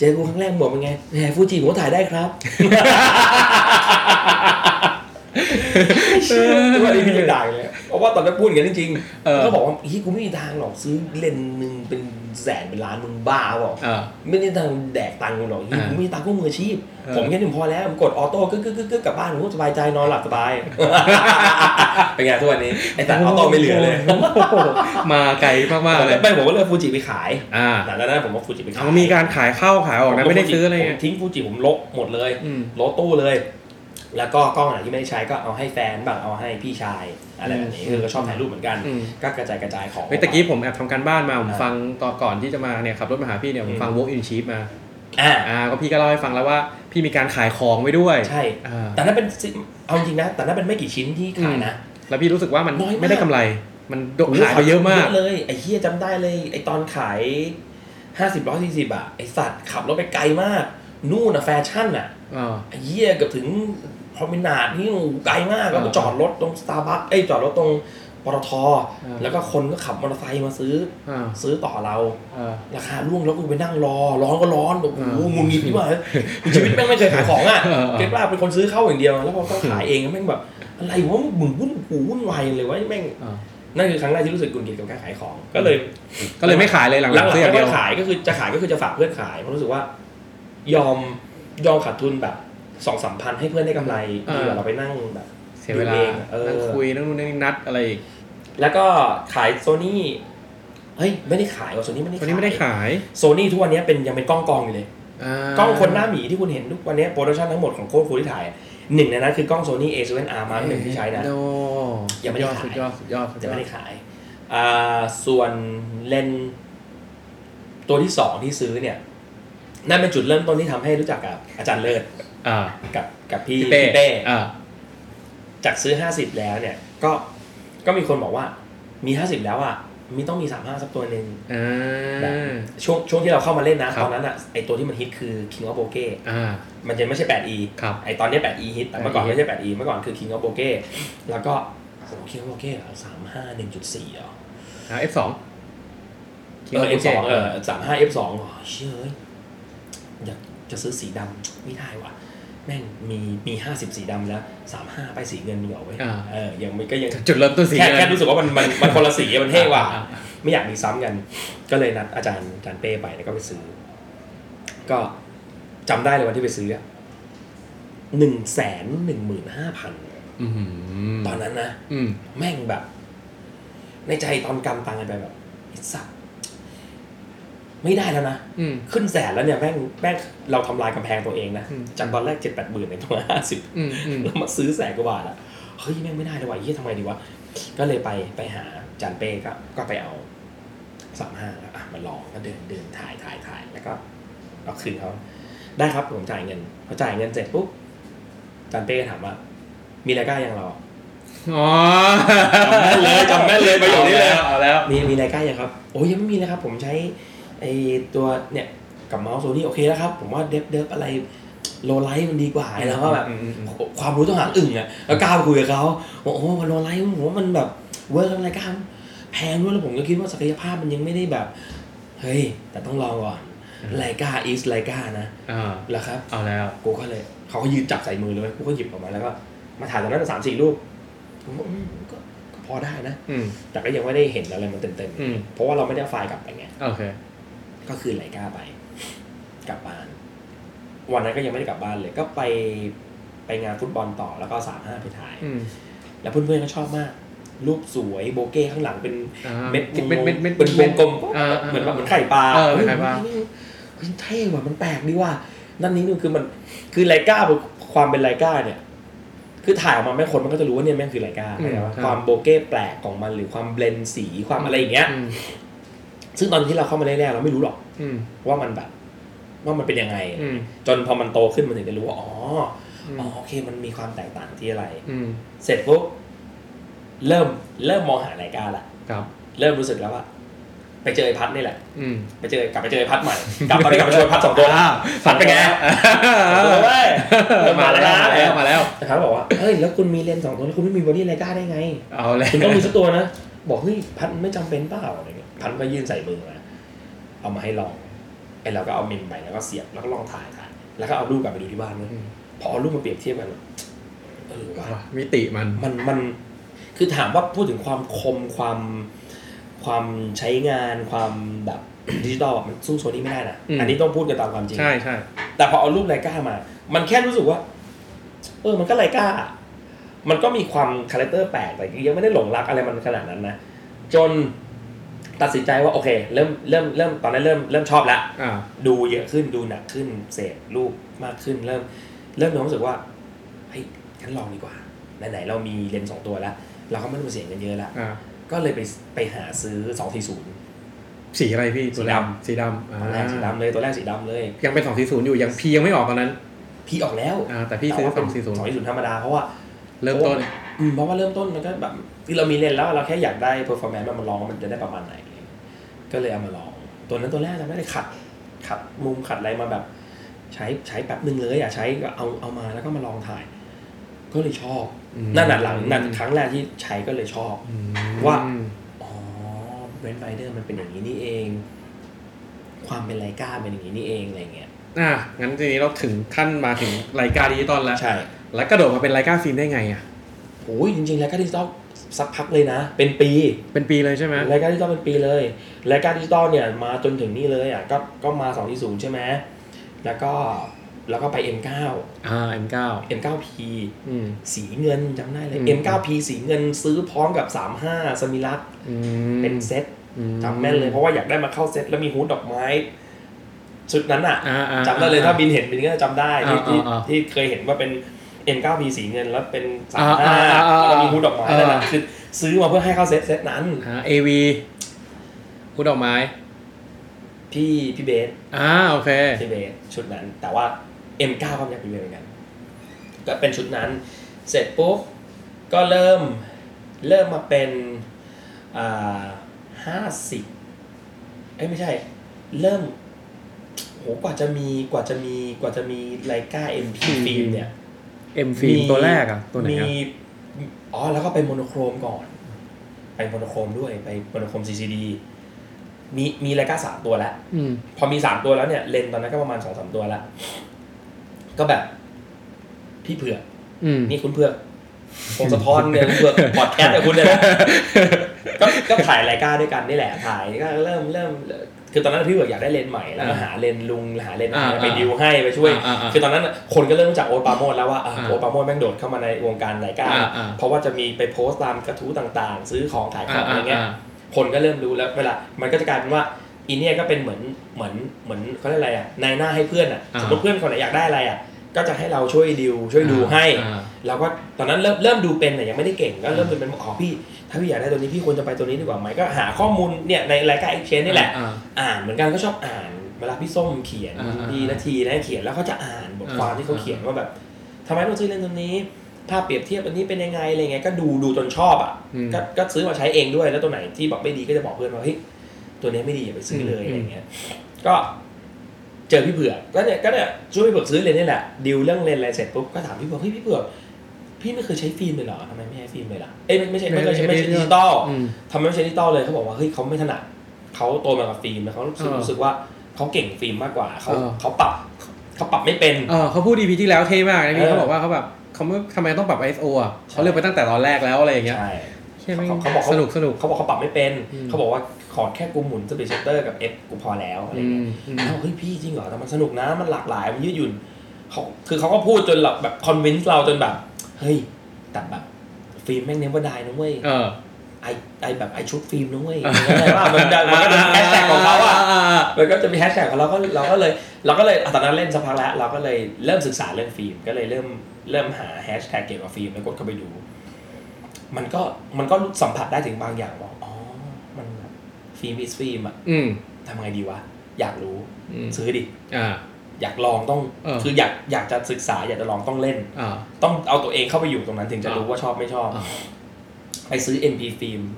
เจอกูครั้งแรกหมวกเป็นไงแหมฟูจิผมก็ถ่ายได้ครับตัวนี้พี่ยังด่าเลยเพราะว่าตอนนั้นพูดอย่างนั้นจริงๆก็บอกว่ากูไม่มีทางหรอกซื้อเลนส์นึงเป็นแสนเป็นล้านมึงบ้าเปล่าไม่ได้ทางแดกตังค์กูหรอกกูมีตังค์ก็มืออาชีพผมแค่หนึ่งพอแล้วผมกดออโต้กึ๊กกลับบ้านผมสบายใจนอนหลับสบายเป็นไงทุกวันนี้ไอ้แต่ออโต้ไม่เหลือเลยมาไกลมากๆเลยไม่ผมก็เลยฟูจิไปขายแต่แล้วนั้นผมว่าฟูจิไปขายมีการขายเข้าขายออกนะไม่ได้ซื้ออะไรผมทิ้งฟูจิผมลบหมดเลยลบตู้เลยแล้วก็กล้องไหนที่ไม่ได้ใช้ก็เอาให้แฟนบ้างเอาให้พี่ชายอะไรแบบนี้คือก็ชอบถ่ายรูปเหมือนกันก็กระจายของตะกี้ผมแอบทำการบ้านมาผมฟังตอนก่อนที่จะมาเนี่ยขับรถมาหาพี่เนี่ยผมฟัง Walk in Cheap มาก็พี่ก็เล่าให้ฟังแล้วว่าพี่มีการขายของไว้ด้วยใช่แต่นั้นเป็นเอาจริงนะแต่นั้นเป็นไม่กี่ชิ้นที่ขายนะแล้วพี่รู้สึกว่ามันไม่ได้กำไรมันหายไปเยอะมากเลยไอ้เหี้ยจำได้เลยไอ้ตอนขาย50-140อ่ะไอ้สัตว์ขับรถไปไกลมากนู่นน่ะแฟชั่นอ่ะไอ้เหี้ยเกือบถึงพรอมินาดนี่ไกลมากแล้วก็จอดรถตรง Starbucks จอดรถตรงปตท.แล้วก็คนก็ขับมอเตอร์ไซค์มาซื้อต่อเราราคาร่วงแล้วกูไปนั่งรอร้อนก็ร้อนโอ้โหงุนงิดพี่ว่าชีวิตแม่งไม่เคยขายของอ่ะเก็บว่าเป็นคนซื้อเข้าอย่างเดียวแล้วพอต้องขายเองแม่งแบบอะไรวะมึงวุ่นวายเลยวะแม่งนั่นคือครั้งแรกที่รู้สึกกุนกิจกับการขายของก็เลยไม่ขายเลยหลังๆไม่ขายก็คือจะขายก็คือจะฝากเพื่อนขายเพราะรู้สึกว่ายอมขาดทุนแบบ 2-3 พันให้เพื่อนได้กำไรดีกว่าเราไปนั่งแบบเสียเวลานั่งคุยนั่งนู่นนั่งนัดอะไรอีกแล้วก็ขาย Sony เฮ้ยไม่ได้ขายSony ไม่ได้ขาย Sony ทุกวันนี้ยังเป็นกล้องอยู่เลยกล้องคนหน้าหมีที่คุณเห็นทุกวันนี้โปรดักชั่นทั้งหมดของโค้ชที่ถ่ายหนึ่งในนั้นคือกล้อง Sony A7R Mark 1ที่ใช้นะยังไม่ได้ขายสุดยอดยังไม่ได้ขายส่วนเลนส์ตัวที่2ที่ซื้อเนี่ยนั่นเป็นจุดเริ่มต้นที่ทำให้รู้จักกับอาจารย์เลิศกับพี่เป้จากซื้อ50แล้วเนี่ยก็มีคนบอกว่ามี50แล้วอ่ะมีต้องมี35สักตัวนึงแบบช่วงที่เราเข้ามาเล่นนะตอนนั้นอ่ะไอตัวที่มันฮิตคือ King of Bokeh มันยังไม่ใช่ 8E ไอตอนนี้ 8E ฮิตแต่เมื่อก่อนไม่ใช่ 8E เมื่อก่อนคือ King of Bokeh แล้วก็โอ้ King of Bokeh 35 1.4 อ่ะ F2 F2 35 F2 เชื่ออยากจะซื้อสีดำไม่ได้ว่ะแม่งมี50สีดำแล้ว35ไปสีเงินมีเอาไว้ยังไม่ก็ยังจุดเริ่มต้นสีแค่รู้สึกว่ามันคนละสีมันเท่กว่าไม่อยากมีซ้ำกันก็เลยนัดอาจารย์เป้ไปแล้วก็ไปซื้อก็จำได้เลยวันที่ไปซื้อ115,000ตอนนั้นนะแม่งแบบในใจตอนกำตังกันไปแบบไอ้สัตว์ไม่ได้แล้วนะขึ้นแสนแล้วเนี่ยแม่งเราทำลายกำแพงตัวเองนะจากตอนแรก 7-8 หมื่นในตัว50แล้วมาซื้อแสนกว่าบาทอ่ะเฮ้ยแม่งไม่ได้เลยว่ะทำไมดีวะก็เลยไปหาจานเป้ก็ไปเอา35แล้วมาลองก็เดินถ่ายแล้วก็เอาคืนเขาได้ครับผมจ่ายเงินพอจ่ายเงินเสร็จปุ๊บจานเป้ถามว่ามีรายการยังเราจำแม่นเลยประโยคนี้เลยเอาแล้วมีรายการยังครับโอ้ยยังไม่มีเลยครับผมใช้ไอตัวเนี่ยกับเมาส์โซนี่โอเคแล้วครับผมว่าเดฟอะไรโลไลท์มันดีกว่าแล้วก็แบบความรู้ต้องหาอึ่งอ่ะแล้วกล้าไปคุยกับเขาโอ้โลไลท์ผมว่ามันแบบเวิร์กอะไรกันแพงด้วยแล้วผมก็คิดว่าศักยภาพมันยังไม่ได้แบบเฮ้ยแต่ต้องลองก่อนไลกาอีสไลกานะแล้วครับเอาแล้วกูก็เลยเขาก็ยืนจับใส่มือเลยกูก็หยิบออกมาแล้วก็มาถ่ายตอนนั้น 3-4 รูปผมก็พอได้นะแต่ก็ยังไม่ได้เห็นอะไรมันเต็มๆเพราะว่าเราไม่ได้ไฟล์กลับไปไงโอเคก็คือไลกาไปกลับบ้านวันนั้นก็ยังไม่ได้กลับบ้านเลยก็ไปงานฟุตบอลต่อแล้วก็35ไปถ่ายแล้วเพื่อนๆก็ชอบมากรูปสวยโบเก้ข้างหลังเป็นเม็ดเป็นวงกลมเหมือนแบบเหมือนไข่ปลาเท่ว่ะมันแปลกดีว่ะนั่นนี่คือมันคือไลกาความเป็นไลกาเนี่ยคือถ่ายออกมาแม่คนมันก็จะรู้ว่าเนี่ยแม่งคือไลกาใช่ไหมความโบเก้แปลกของมันหรือความเบลนด์สีความอะไรอย่างเงี้ยซึ่งตอนที่เราเข้ามาแรกๆเราไม่รู้หรอกว่ามันแบบว่ามันเป็นยังไงจนพอมันโตขึ้นมันถึงจะรู้ว่าอ๋อโอเคมันมีความแตกต่างที่อะไรเสร็จปุ๊บเริ่มมองหาไลกาละเริ่มรู้สึกแล้วว่าไปเจอไอ้พัดนี่แหละกลับไปเจอไอ้พัดใหม่กลับไปชวนพัด2ตัวพัดเป็นไงเว้ยมาแล้วนะครับบอกว่าเฮ้ยแล้วคุณมีเลนส์2ตัวแล้วคุณไม่มีบอดี้ไลกาได้ไงเอาเลยคุณต้องมีสักตัวนะบอกเฮ้ยพัดไม่จำเป็นเปล่าอะไรเงี้ยพัดก็ยื่นใส่มือมาเอามาให้ลองไอ้เราก็เอาเมมไปแล้วก็เสียบแล้วก็ลองถ่ายแล้วก็เอารูปกลับไปดูที่บ้านเลยพอเอารูปมาเปรียบเทียบกันว่ะมิติมันคือถามว่าพูดถึงความคมความใช้งานความแบบดิจิตอลมันสู้โซนี่ไม่ได้นะอันนี้ต้องพูดกันตามความจริงใช่แต่พอเอารูปไลกามามันแค่รู้สึกว่ามันก็ไลกามันก็มีความคาแรคเตอร์แปลกแต่ยังไม่ได้หลงรักอะไรมันขนาดนั้นนะจนตัดสินใจว่าโอเคเริ่มตอนนั้นเริ่มชอบแล้วดูเยอะขึ้นดูหนักขึ้นเสพรูปมากขึ้นเริ่มมีความรู้สึกว่าเฮ้ยงั้นลองดีกว่าไหนๆเรามีเลนส์2ตัวแล้วเราก็ไม่ต้องเสียเงินเยอะแล้วก็เลยไปหาซื้อ240 สีอะไรพี่สีดำสีดำเลยตัวแรกสีดำเลยยังเป็น240อยู่ยังพียังไม่ออกตอนนั้นพีออกแล้วแต่พี่ซื้อ240 ธรรมดาเพราะว่าเริ่มต้นเริ่มต้นมันก็แบบที่เรามีเลนส์แล้วเราแค่อยากได้ performance มันลองมันจะได้ประมาณไหนก็เลยเอามาลองตัวนั้นตัวแรกจะไม่ได้ขัดมุมขัดอะไรมาแบบใช้แป๊บนึงเลยใช้ก็เอามาแล้วก็มาลองถ่ายก็เลยชอบนั่นหลังนั่นครั้งแรกที่ใช้ก็เลยชอบว่าเรนไฟเดอร์มันเป็นอย่างนี้นี่เองความเป็นไลกาเป็นอย่างนี้นี่เองอะไรเงี้ยงั้นทีนี้เราถึงขั้นมาถึงไลกาดิจิตอลแล้วใช่แล้วกระโดดมาเป็นไลกาฟิล์มได้ไงโอ้ยจริงๆไลกาดิจิตอลสักพักเลยนะเป็นปีเลยใช่ไหมไลกาดิจิตอลเป็นปีเลยไลกาดิจิตอลเนี่ยมาจนถึงนี่เลยก็มา240ใช่ไหมแล้วก็ไป M9 M9P สีเงินจำได้เลย M9P สีเงินซื้อพร้อมกับ35สมิลักเป็นเซ็ตจำแม่นเลยเพราะว่าอยากได้มาเข้าเซ็ตแล้วมีฮูดดอกไม้ชุดนั้นจำได้เลยถ้าบินเห็นบินก็จำได้ที่เคยเห็นว่าเป็น M9P สีเงินแล้วเป็น35แล้วมีฮูดดอกไม้นั่นน่ะคือซื้อมาเพื่อให้เข้าเซ็ตนั้น AV ฮูดดอกไม้พี่เบสโอเคพี่เบสชุดนั้นแต่ว่า M9 ก็อยากพี่เบสเหมือนกันก็เป็นชุดนั้นเสร็จปุ๊บก็เริ่มมาเป็น50ไม่ใช่เริ่มโหกว่าจะมีไลกา MP ฟิล์มเนี่ย M ฟิล์มตัวแรกตัวไหนแล้วก็ไปโมโนโครมก่อนไปโมโนโครมด้วยไปโมโนโครม CCDมีไลกา3ตัวแล้วพอมี3ตัวแล้วเนี่ยเลนส์ตอนนั้นก็ประมาณ 2-3 ตัวแล้วก็แบบพี่เผือกนี่คุณเผือกผมสะท้อนเนี่ยคุณเผือกพอดแคสต์กับคุณเนี่ยนะก็ถ่ายไลกาด้วยกันนี่แหละถ่ายก็เริ่มคือตอนนั้นพี่เผือกอยากได้เลนส์ใหม่แล้วก็หาเลนส์ลุงหาเลนส์ไปดิวให้ไปช่วยคือตอนนั้นคนก็เริ่มรู้จักโอ๊ตปราโมชแล้วว่าโอ๊ตปราโมชแม่งโดดเข้ามาในวงการไลกาเพราะว่าจะมีไปโพสต์ตามกระทู้ต่างๆซื้อของขายของอะไรเงี้ยคนก็เริ่มรู้แล้วเวลามันก็จะกลายเป็นว่าอีเนี่ยก็เป็นเหมือนเขาเรียกอะไรนายหน้าให้เพื่อนสมมติเพื่อนคนไหนอยากได้อะไรก็จะให้เราช่วยดิวช่วยดูให้เราก็ตอนนั้นเริ่มดูเป็นแต่ยังไม่ได้เก่งก็เริ่มเป็นพี่ถ้าพี่อยากได้ตัวนี้พี่ควรจะไปตัวนี้ดีกว่าไหมก็หาข้อมูลเนี่ยในรายการ Exchange นี่แหละอ่านเหมือนกันก็ชอบอ่านเวลาพี่ส้มเขียนดีนาทีนะเขียนแล้วก็จะอ่านบทความที่เขาเขียนว่าแบบทำไมต้องซื้อเลนส์ตัวนี้ภาพเปรียบเทียบอันนี้เป็นยังไงอะไรเงี้ยก็ดูจนชอบก็ซื้อมาใช้เองด้วยแล้วตัวไหนที่บอกไม่ดีก็จะบอกเพื่อนว่าเฮ้ยตัวนี้ไม่ดีอย่าไปซื้อเลยอะไรเงี้ยก็เจอพี่เผือกก็เนี่ยช่วยพี่เผือกซื้อเลนส์นี่แหละดิวเรื่องเลนส์อะไรเสร็จปุ๊บก็ถามพี่เผือกเฮ้ยพี่เผือกพี่ไม่เคยใช้ฟิล์มเลยเหรอทำไมไม่ใช้ฟิล์มเลยล่ะไม่เคยใช้ดิจิตอลทำไมไม่ใช้ดิจิตอลเลยเขาบอกว่าเฮ้ยเขาไม่ถนัดเขาโตมากับฟิล์มแล้วเขารู้สึกว่าเขาเก่งฟิล์มมากกว่าเขาปรับไม่เป็นเขาพูด EP ที่แล้วเท่มากนะพี่เขาบอกว่าเขาแบบเขาทำไมต้องปรับ ISO เขาเลือกไปตั้งแต่ตอนแรกแล้วอะไรอย่างเงี้ยเขาบอกสนุกเขาบอกเขาปรับไม่เป็นเขาบอกว่าขอแค่กูหมุนสปีดชัตเตอร์กับ F กูพอแล้วอะไรเงี้ยแล้วเฮ้ยพี่จริงเหรอแต่มันสนุกนะมันหลากหลายมันยืดหยุ่นเขาก็พูดจนแบบคอนวินส์เราจนแบบเฮ้ยแต่แบบฟิล์มแม่งเนเวอร์ไดนะเว้ยไอแบบไอชุดฟิล์มนะเว้ยอะไรว่ามันก็จะมีแฮชแท็กของเขามันก็จะมีแฮชแท็กของเราก็เลยตอนนั้นเล่นสักพักแล้วเราก็เลยเริ่มศึกษาเรื่องฟิล์มก็เลยเริ่มหาแฮชแท็กเกี่ยวกับฟิล์มแล้วกดเข้าไปดูมันก็สัมผัสได้ถึงบางอย่างว่ามันฟิล์ม is ฟิล์มทำไงดีวะอยากรู้ซื้อดิอยากลองต้องคืออยากจะศึกษาอยากจะลองต้องเล่นต้องเอาตัวเองเข้าไปอยู่ตรงนั้นถึงจะรู้ว่าชอบไม่ชอบไปซื้อ NP ฟิล์ม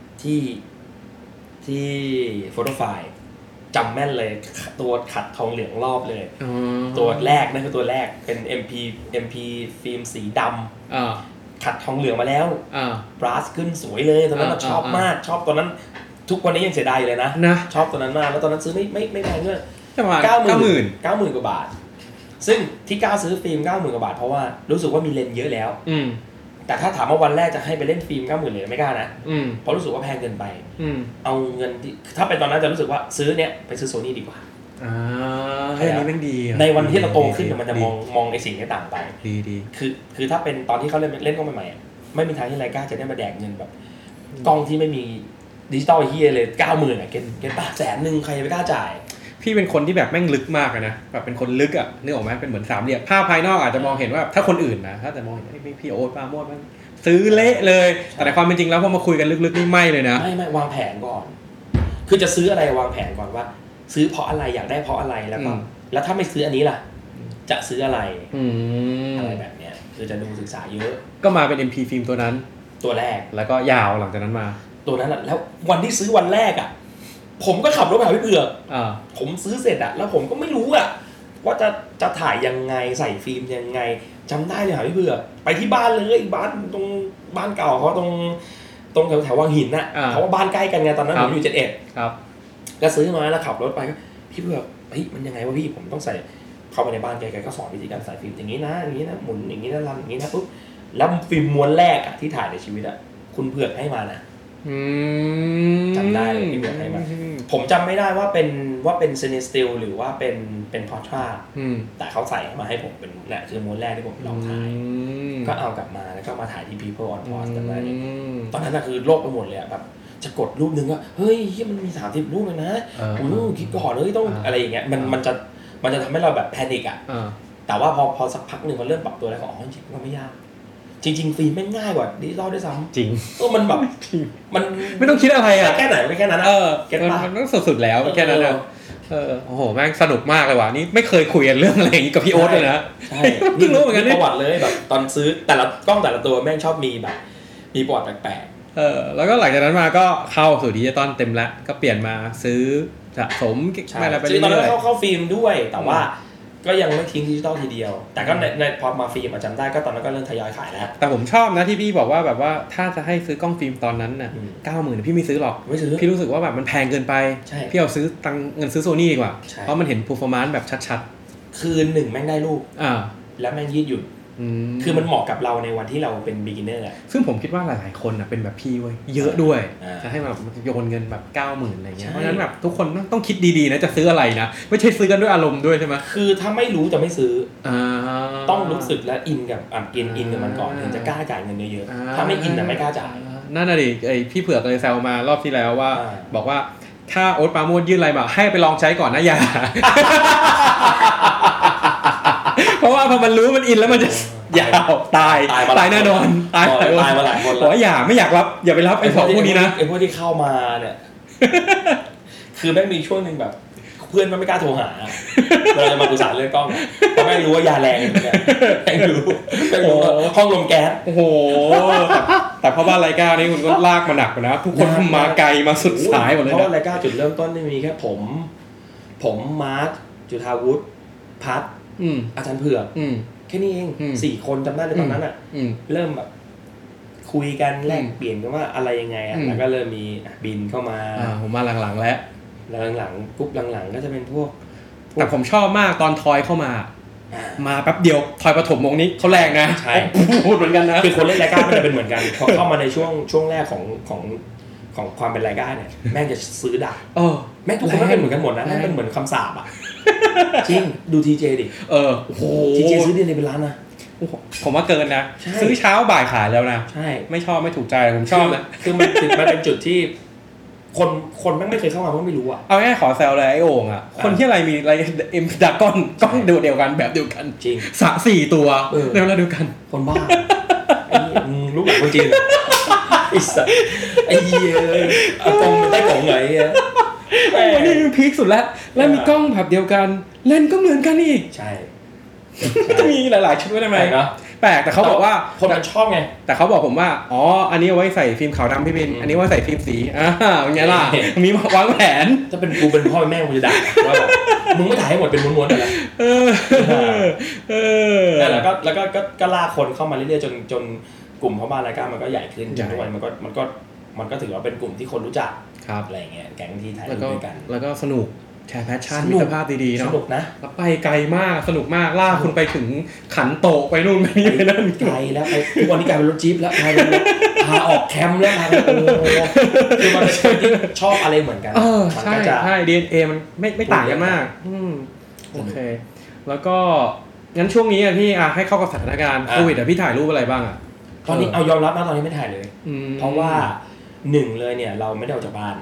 ที่โฟโต้ไฟล์จำแม่นเลยตัวขัดทองเหลืองรอบเลยตัวแรกนั่นคือตัวแรกเป็น MP ฟิล์มสีดำขัดทองเหลืองมาแล้วบรัชขึ้นสวยเลยตอนนั้นชอบมากชอบตอนนั้นทุกวันนี้ยังเสียดายอยู่เลยนะชอบตอนนั้นมากแล้วตอนนั้นซื้อไม่แพงด้วยประมาณ 90,000 กว่าบาทซึ่งที่กล้าซื้อฟิล์ม 90,000 กว่าบาทเพราะว่ารู้สึกว่ามีเลนส์เยอะแล้วแต่ถ้าถามว่าวันแรกจะให้ไปเล่นฟิล์ม 90,000 เลยไม่กล้านะเพราะรู้สึกว่าแพงเกินไปเอาเงินที่ถ้าเป็นตอนนั้นจะรู้สึกว่าซื้อเนี้ยไปซื้อ Sony ดีกว่าอันนี้แม่งดีในวันที่เราโตขึ้นมันจะมองในสิ่งที่ต่างไปดีคือถ้าเป็นตอนที่เขาเล่นกล้องใหม่ๆไม่มีทางที่ไลกาจะได้มาแดกเงินแบบกล้องที่ไม่มีดิจิตอลเฮียเลย 90,000 อ่ะเก็ตป่ะ100,000ใครจะไปกล้าจ่ายพี่เป็นคนที่แบบแม่งลึกมากนะแบบเป็นคนลึกอ่ะนึกออกไหมเป็นเหมือนสามเหลี่ยมภาพภายนอกอาจจะมองเห็นว่าถ้าคนอื่นนะถ้าจะมองเห็นพี่โอ๊ตปราโมชมันซื้อเละเลยแต่ในความเป็นจริงแล้วพอมาคุยกันลึกๆนี่ไม่เลยนะไม่วางแผนก่อนคือจะซื้ออะไรวางแผนก่อนว่าซื้อเพราะอะไรอยากได้เพราะอะไรแล้วก็แล้วถ้าไม่ซื้ออันนี้ล่ะจะซื้ออะไรอะไรแบบเนี้ยคือจะดูศึกษาเยอะก็มาเป็น MP ฟิล์มตัวนั้นตัวแรกแล้วก็ยาวหลังจากนั้นมาตัวนั้นแล้ววันที่ซื้อวันแรกอ่ะผมก็ขับรถไปหาพี่เผือกผมซื้อเสร็จอ่ะแล้วผมก็ไม่รู้อ่ะว่าจะถ่ายยังไงใส่ฟิล์มยังไงจำได้เลยหาพี่เผือกไปที่บ้านเลยบ้านตรงบ้านเก่าเขาตรงแถววังหินน่ะเพราะว่าบ้านใกล้กันไงตอนนั้นผมอยู่71 ครับก็ซื้อมาแล้วขับรถไปก็พี่เผือกเฮ้ยมันยังไงวะพี่ผมต้องใส่เข้าไปในบ้านแกก็สอนวิธีการใส่ฟิล์มอย่างนี้นะอย่างนี้นะหมุนอย่างนี้นะรันอย่างนี้นะปุ๊บแล้วฟิล์มม้วนแรกอ่ะที่ถ่ายในชีวิตอ่ะคุณเผือกให้มานะจำได้เลยพี่เผือกให้มาผมจำไม่ได้ว่าเป็นเซเนสติลหรือว่าเป็นพอร์ทราแต่เขาใส่มาให้ผมเป็นแหละคือม้วนแรกที่ผมลองถ่ายก็เอากลับมาแล้วก็มาถ่ายที่ People on Pause จำได้ตอนนั้นคือโลกไปหมดเลยอ่ะแบบจะกดรูปนึงก็เฮ้ยมันมี30รูปเลยนะคิดก่อนเลยต้องอะไรอย่างเงี้ยมันจะทำให้เราแบบแพนิคอ่ะแต่ว่าพอสักพักนึงมันเริ่มปรับตัวแล้วก็จริงมันไม่ยากจริงฟิล์มไม่ง่ายกว่าดิจิตอลด้วยซ้ำจริงมันแบบมันไม่ต้องคิดอะไรอ่ะแค่ไหนไม่แค่นั้นมันต้องสุดๆแล้วแค่นั้นนะโอ้โหแม่งสนุกมากเลยว่ะนี่ไม่เคยคุยกันเรื่องอะไรอย่างนี้กับพี่โอ๊ตเลยนะใช่เพิ่งรู้เหมือนกันประวัติเลยแบบตอนซื้อแต่ละกล้องแต่ละตัวแม่งชอบมีแบบมีประวัติแปลกๆแล้วก็หลังจากนั้นมาก็เข้าสู่ดิจิตอลเต็มแล้วก็เปลี่ยนมาซื้อสะสมอะไรไปเรื่อยๆตอนนั้นเข้าฟิล์มด้วยแต่ว่าก็ยังไม่ทิ้งดิจิตอลทีเดียวแต่ก็ในพอมาฟิล์มจำได้ก็ตอนนั้นก็เริ่มทยอยขายแล้วแต่ผมชอบนะที่พี่บอกว่าแบบว่าถ้าจะให้ซื้อกล้องฟิล์มตอนนั้นน่ะ 90,000 พี่ไม่ซื้อหรอกไม่ซื้อพี่รู้สึกว่าแบบมันแพงเกินไปพี่เอาซื้อตังเงินซื้อ Sony ดีกว่าเพราะมันเห็น performance แบบชัดๆคืน1แม่งได้รูปแล้วแม่งยืดหยุ่นคือมันเหมาะกับเราในวันที่เราเป็น beginner อ่ะซึ่งผมคิดว่าหลายๆคนเป็นแบบพี่เว้ยเยอะด้วยจะให้แบบโยนเงินแบบ 90,000 อะไรเงี้ยเพราะฉะนั้นแบบทุกคนต้องคิดดีๆนะจะซื้ออะไรนะไม่ใช่ซื้อกันด้วยอารมณ์ด้วยใช่ไหมคือถ้าไม่รู้จะไม่ซื้อต้องรู้สึกและอินกับอินกับมันก่อนถึงจะกล้าจ่ายเงินเยอะๆถ้าไม่อินไม่กล้าจ่ายนั่นน่ะดิไอพี่เผือกเลยแซวมารอบที่แล้วว่าบอกว่าถ้าโอ๊ตปราโมชยื่นอะไรมาให้ไปลองใช้ก่อนนะอย่าเพราะว่าพอมันรู้มันอินแล้วมันจะยาวตายแน่นอนตายมาหลายคนแล้วบอกอย่าไม่อยากรับอย่าไปรับไอ้ของพวกนี้นะไอ้พวกที่เข้ามาเนี่ยคือแม่งมีช่วงนึงแบบเพื่อนมันไม่กล้าโทรหาเราจะมาปรึกษาเรื่องกล้องเพราะแม่งรู้ว่ายาแรงเนี่ยแม่งรู้ห้องลมแก๊สโอ้โหแต่เพราะบ้านไลกานี่คุณก็ลากมาหนักกว่านะทุกคนมาไกลมาสุดสายหมดเลยนะเพราะไลกาจุดเริ่มต้นนี่มีแค่ผมมาร์คจุฑาวุฒิพัฒน์อาจารย์เผือกแค่นี้เอง4คนจำได้เลยตอนนั้นอ่ะเริ่มแบบคุยกันแลกเปลี่ยนกันว่าอะไรยังไงอ่ะแล้วก็เริ่มมีบินเข้ามาผมมาหลังๆแล้วหลังๆปุ๊บหลังๆก็จะเป็นพวกแต่ผมชอบมากตอนทอยเข้ามาแป๊บเดียวทอยปฐมวงนี้เขาแรงนะใช่พูดเหมือนกันนะคือคนเล่นรายการมันจะเป็นเหมือนกันพอเข้ามาในช่วงแรกของความเป็นรายการเนี่ยแม่งจะซื้อดักแม่งทุกคนเป็นเหมือนกันหมดนะแม่งเป็นเหมือนคำสาปอ่ะจริงดูทีเจดิโอ้โหทีเจซื้อเดือนเป็นล้านนะผมว่าเกินนะซื้อเช้าบ่ายขายแล้วนะใช่ไม่ชอบไม่ถูกใจผมชอบนะคือมันเป็นจุดที่คนไม่เคยเข้ามาเพราะไม่รู้อ่ะเอาง่ายขอแซวเลยไอ้โอ่งอ่ะคนที่อะไรมีอะไรเอ็มดากอนกล้องเดียวกันแบบเดียวกันจริง 4 ตัวในเวลาเดียวกันคนบ้าไอ้ลูกหลานคนจีนไอ้สัสไอ้เหี้ยอากงใต้กล่องไหนอ่ะโอ้นี่พีคสุดแล้วแล้วมีกล้องแบบเดียวกันเลนส์ก็เหมือนกันอีกใช่จะมีหลายๆชุดไว้ทำไมแปลกแต่เขาบอกว่าคนมันชอบไงแต่เขาบอกผมว่าอ๋ออันนี้เอาไว้ใส่ฟิล์มขาวดำพี่บินอันนี้ไว้ใส่ฟิล์มสีอย่างเงี้ยล่ะมีวางแผนถ้าเป็นกูเป็นพ่อแม่กูจะด่าว่าแบบมึงไม่ถ่ายให้หมดเป็นม้วนๆเลยแล้วก็ลากคนเข้ามาเรื่อยๆจนกลุ่มพ่อบ้านรายการมันก็ใหญ่ขึ้นจนทุกวันมันก็ถือว่าเป็นกลุ่มที่คนรู้จักอะไรเงี้ยแก๊งที่ถ่ายด้วยกันแล้วก็สนุกแชร์แพชชั่นมิตรภาพดีๆเนาะสนุกนะแล้วไปไกลมากสนุกมากล่าคุณไปถึงขันโตกไปนู่นไปนี่ไปนั่นไกลแล้วไปทุกวันนี้กลายเป็นรถจี๊ปแล้วพาออกแคมป์แล้วคือมันเป็นคนที่ชอบอะไรเหมือนกันใช่ใช่ DNA มันไม่ต่างกันมากโอเคแล้วก็งั้นช่วงนี้พี่ให้เข้ากับสถานการณ์โควิดพี่ถ่ายรูปอะไรบ้างตอนนี้เอายอมรับนะตอนนี้ไม่ถ่ายเลยเพราะว่า1เลยเนี่ยเราไม่ได้ออกจากบ้าน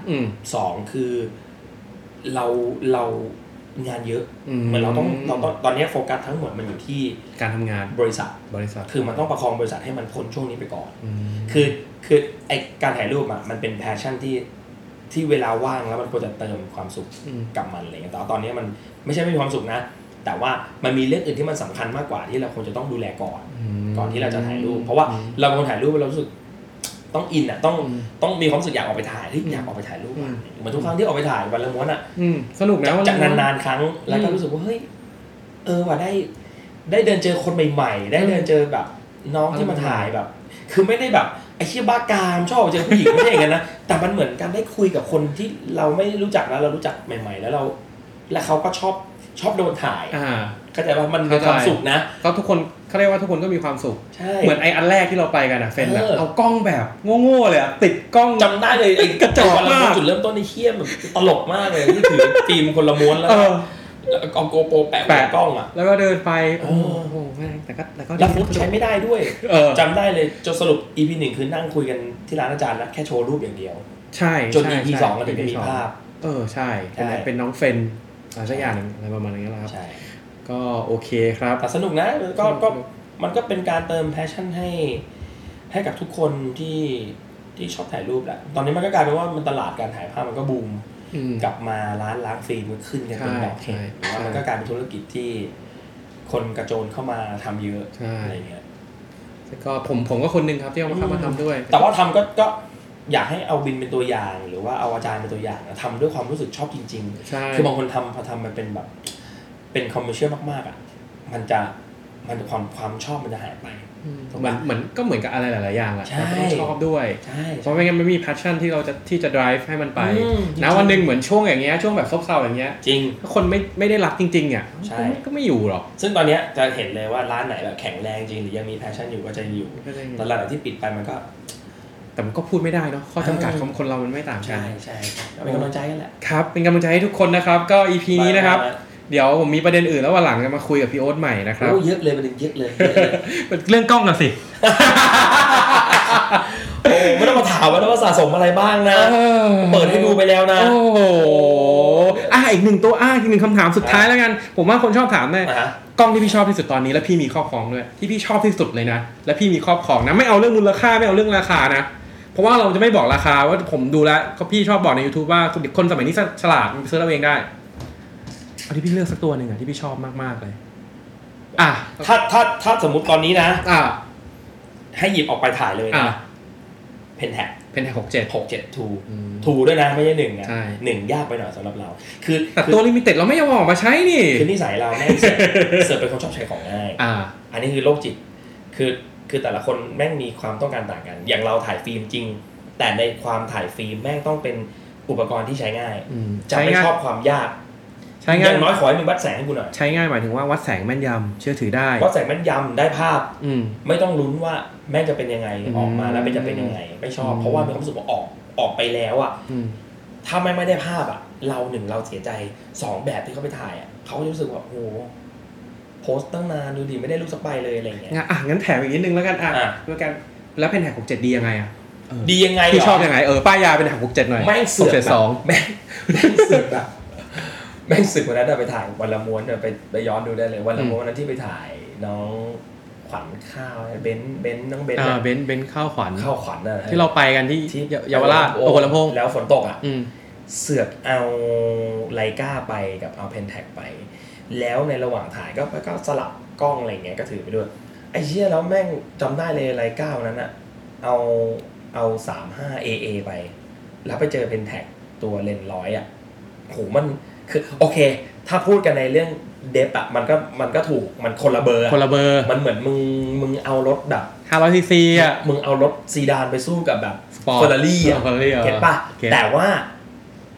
2คือเรางานเยอะเหมือนเราต้องตอนนี้โฟกัสทั้งหมดมันอยู่ที่การทำงานบริษัทคือมันต้องประคองบริษัทให้มันพ้นช่วงนี้ไปก่อนคือไอการถ่ายรูปมันเป็นแพชชั่นที่เวลาว่างแล้วมันควรจะเติมความสุขกับมันอะไรเงี้ยแต่ตอนนี้มันไม่ใช่ไม่มีความสุขนะแต่ว่ามันมีเรื่องอื่นที่มันสำคัญมากกว่าที่เราควรจะต้องดูแลก่อนที่เราจะถ่ายรูปเพราะว่าเราเป็นคนถ่ายรูปเรารู้สึกต้องอินอ่ะต้องมีความรู้สึกอยากออกไปถ่ายอยากออกไปถ่ายรูปเหมือนทุกครั้งที่ออกไปถ่ายวันละม้วนอ่ะสนุกนะจากนานๆครั้งแล้วก็รู้สึกว่าเฮ้ยว่าได้เดินเจอคนใหม่ๆได้เดินเจอแบบน้องที่มาถ่ายแบบคือไม่ได้แบบไอ้เชี่ยบ้ากามชอบเจอผู้หญิงไม่ใช่อย่างนั้นนะแต่มันเหมือนการได้คุยกับคนที่เราไม่รู้จักแล้วเรารู้จักใหม่ๆแล้วเขาก็ชอบโดนถ่ายเข้าใจว่ามันมีความสุขนะก็ทุกคนเขาเรียกว่าทุกคนก็มีความสุขเหมือนไอ้อันแรกที่เราไปกันเฟนแบบเอากล้องแบบโง่ๆเลยติดกล้องจำได้เลยไอ้กระจกมากจุดเริ่มต้นในเขี้ยมแบบตลกมากเลยที่ถือฟิล์มคนละม้วนแล้วเอาโกโปรแปะกล้องแล้วก็เดินไปโอ้โหแต่ก็แล้วฟุตใช้ไม่ได้ด้วยจำได้เลยจนสรุป EP 1คือนั่งคุยกันที่ร้านอาจารย์แล้วแค่โชว์รูปอย่างเดียวใช่จน EP 2ก็ถึงจะมีภาพใช่เป็นน้องเฟนอะไรสักอย่างนึงอะไรประมาณนี้แหละครับก็โอเคครับแต่สนุกนะก็มันก็เป็นการเติมแพชชั่นให้กับทุกคนที่ชอบถ่ายรูปแหละตอนนี้มันก็กลายเป็นว่ามันตลาดการถ่ายภาพมันก็บูมกลับมาร้านล้างฟิล์มมันขึ้นกันเป็นแบบหรือว่ามันก็กลายเป็นธุรกิจที่คนกระโจนเข้ามาทำเยอะอะไรเงี้ยก็ผมก็คนนึงครับที่เอามาทำด้วยแต่ว่าทำก็อยากให้เอาบินเป็นตัวอย่างหรือว่าเอาอาจารย์เป็นตัวอย่างทำด้วยความรู้สึกชอบจริงๆคือบางคนพอทำมันเป็นแบบเป็นคอมเมอร์เชียลมากๆอ่ะมันความชอบมันจะหายไปเหมือนก็เหมือนกับอะไรหลายๆอย่างแหละเราต้องชอบด้วยเพราะไม่งั้นมันมี passion ที่จะ drive ให้มันไปนะวันนึงเหมือนช่วงอย่างเงี้ยช่วงแบบซบเซาอย่างเงี้ยจริงถ้าคนไม่ได้รักจริงๆอ่ะก็ไม่อยู่หรอกซึ่งตอนเนี้ยจะเห็นเลยว่าร้านไหนแบบแข็งแรงจริงหรือยังมี passion อยู่ก็จะอยู่แต่ร้านไหนที่ปิดไปมันก็แต่มันก็พูดไม่ได้เนาะข้อจำกัดของคนเรามันไม่ต่างกันใช่เป็นกำลังใจกันแหละครับเป็นกำลังใจให้ทุกคนนะครับก็ EP นี้นะครับเดี๋ยวผมมีประเด็นอื่นแล้ววันหลังจะมาคุยกับพี่โอ๊ตใหม่นะครับโอ้เยอะเลยประเด็นเยอะเลยเรื่องกล้องน่ะสิโอ้ไม่ต้องมาถามว่าสะสมอะไรบ้างนะเปิดให้ดูไปแล้วนะโอ้โหอีกหนึ่งตัวอีกหนึ่งคำถามสุดท้ายแล้วกันผมว่าคนชอบถามแน่กล้องที่พี่ชอบที่สุดตอนนี้และพี่มีครอบครองด้วยที่พี่ชอบที่สุดเลยนะและพี่มีครอบครองนะไม่เอาเรื่องมูลค่าไม่เอาเรื่องราคานะเพราะว่าเราจะไม่บอกราคาว่าผมดูแล้วก็พี่ชอบบอกใน YouTube ว่าคนสมัยนี้ฉลาดซื้อเราเองได้เอาที่พี่เลือกสักตัวนึงที่พี่ชอบมากๆเลยถ้าสมมุติตอนนี้นะให้หยิบออกไปถ่ายเลยนะเพนแท็ก67 2ด้วยนะไม่ใช่1นะ1ยากไปหน่อยสำหรับเราคือแต่ตัวลิมิเต็ดเราไม่ยอมออกมาใช้นี่คือนิสัยเราแม่งเสิร์ฟเป็นคนชอบใช้ของง่ายอันนี้คือโรคจิตคือแต่ละคนแม่งมีความต้องการต่างกันอย่างเราถ่ายฟิล์มจริงแต่ในความถ่ายฟิล์มแม่งต้องเป็นอุปกรณ์ที่ใช้ง่ายจะไม่ชอบความยากอย่างน้อยขอให้มึงวัดแสงให้กูหน่อยใช้ง่ายหมายถึงว่าวัดแสงแม่นยำเชื่อถือได้วัดแสงแม่นยำได้ภาพไม่ต้องลุ้นว่าแม่งจะเป็นยังไงออกมาแล้วจะเป็นยังไงไม่ชอบเพราะว่ามีความรู้สึกว่าออกไปแล้วอ่ะถ้าไม่ได้ภาพอ่ะเราเสียใจ2แบบที่เขาไปถ่ายอ่ะเขาจะรู้สึกว่าโอ้โพสต์ตั้งนานดูดิไม่ได้รูปสักใบเลยอะไรเงี้ยงั้นแถมอีกนิดนึงแล้วกันด้วยกันแล้วเพนแท็ก67ดียังไงดียังไงพี่ชอบยังไงป้ายยาเป็นแท็ก67หน่อยแม่งสึก2แม่งสึกแบบแม่งสึกวันนั้นไปถ่ายวันละม้วนไปย้อนดูได้เลยวันละม้วนนั้นที่ไปถ่ายน้องขวัญข้าวเบนน้องเบนเบนข้าวขวัญน่ะที่เราไปกันที่เยาวราชโอลำโพงแล้วฝนตกเสือกเอาไลกาไปกับเอาเพนแท็กไปแล้วในระหว่างถ่ายก็สลับกล้องอะไรเงี้ยก็ถือไปด้วยไอ้เชี่ยแล้วแม่งจำได้เลยไลกานั้นอ่ะเอา35 AA ไปแล้วไปเจอเพนแท็กตัวเลนส์100อ่ะโหมันคือโอเคถ้าพูดกันในเรื่องเดฟอ่ะมันก็ถูกมันคนละเบอร์มันเหมือนมึงเอารถแบบ 500 cc อ่ะมึงเอารถซีดานไปสู้กับแบบเฟอร์รารี่อ่ะเก็ทป่ะแต่ว่า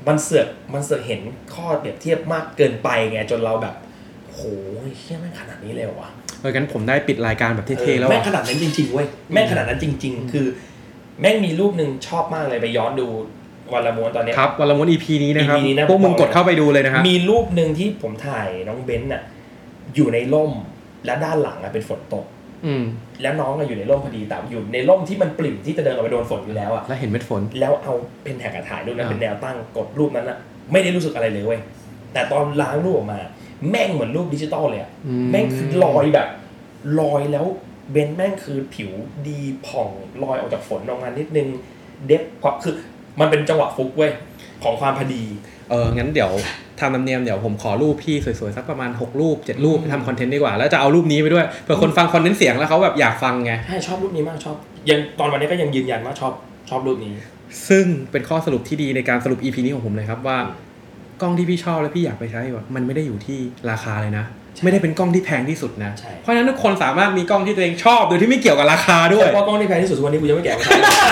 มันเสือกเห็นข้อเปรียบเทียบมากเกินไปไงจนเราแบบโหเหี้ยแม่งขนาดนี้เลยเหรอวะงั้นผมได้ปิดรายการแบบเท่ๆแล้วแม่งขนาดนั้นจริงๆเว้ยแม่งขนาดนั้นจริงๆคือแม่งมีรูปนึงชอบมากเลยไปย้อนดูวันละม้วนตอนนี้ครับวันละม้วน EP นี้นะครับพวกมึงกดเข้าไปดูเลยนะครับมีรูปนึงที่ผมถ่ายน้องเบนซ์น่ะอยู่ในร่มและด้านหลังเป็นฝนตกแล้วน้องอยู่ในร่มพอดีแต่อยู่ในร่มที่มันปริ่มที่จะเดินออกไปโดนฝนอยู่แล้วแล้วเห็นเม็ดฝนแล้วเอาเพนแท็กถ่ายรูปนั้นเป็นแนวตั้งกดรูปนั้นอ่ะไม่ได้รู้สึกอะไรเลยเว้ยแต่ตอนล้างรูปออกมาแม่งเหมือนรูปดิจิตอลเลยอ่ะแม่งคือลอยแบบลอยแล้วเบนแม่งคือผิวดีผ่องลอยออกจากฝนออกมานิดนึงเด็บคือมันเป็นจังหวะฟุกเว้ยของความพอดีงั้นเดี๋ยวทำธรรมเนียมเดี๋ยวผมขอรูปพี่สวยๆสักประมาณ6รูป7รูปไปทำคอนเทนต์ดีกว่าแล้วจะเอารูปนี้ไปด้วยเผื่อคนฟังคอนเทนต์เสียงแล้วเขาแบบอยากฟังไงใช่ชอบรูปนี้มากชอบยังตอนวันนี้ก็ยังยืนยันว่าชอบรูปนี้ซึ่งเป็นข้อสรุปที่ดีในการสรุป EP นี้ของผมเลยครับว่ากล้องที่พี่ชอบและพี่อยากไปใช้มันไม่ได้อยู่ที่ราคาเลยนะไม่ได้เป็นกล้องที่แพงที่สุดนะเพราะฉะนั้นทุกคนสามารถมีกล้องที่ตัวเองชอบโดยที่ไม่เกี่ยวกับราคาด้วยเพราะกล้องที่แพงที่สุดวันนี้กูยังไม่แกะมาใช้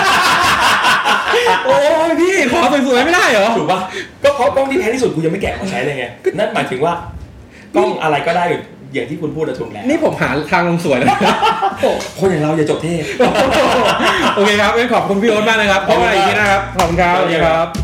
โอ้ยพี่ขอสวยๆไม่ได้เหรอถูกป่ะก็เพราะกล้องที่แพงที่สุดกูยังไม่แกะมาใช้เลยไงนั่นหมายถึงว่ากล้องอะไรก็ได้อย่างที่คุณพูดถูกแล้วนี่ผมหาทางลงสวยแล้วคนอย่างเราอย่าจบเท่โอเคครับงั้นขอบคุณพี่โอ๊ตมากนะครับพบกันอีกทีนะครับขอบคุณครับสวัสดีครับ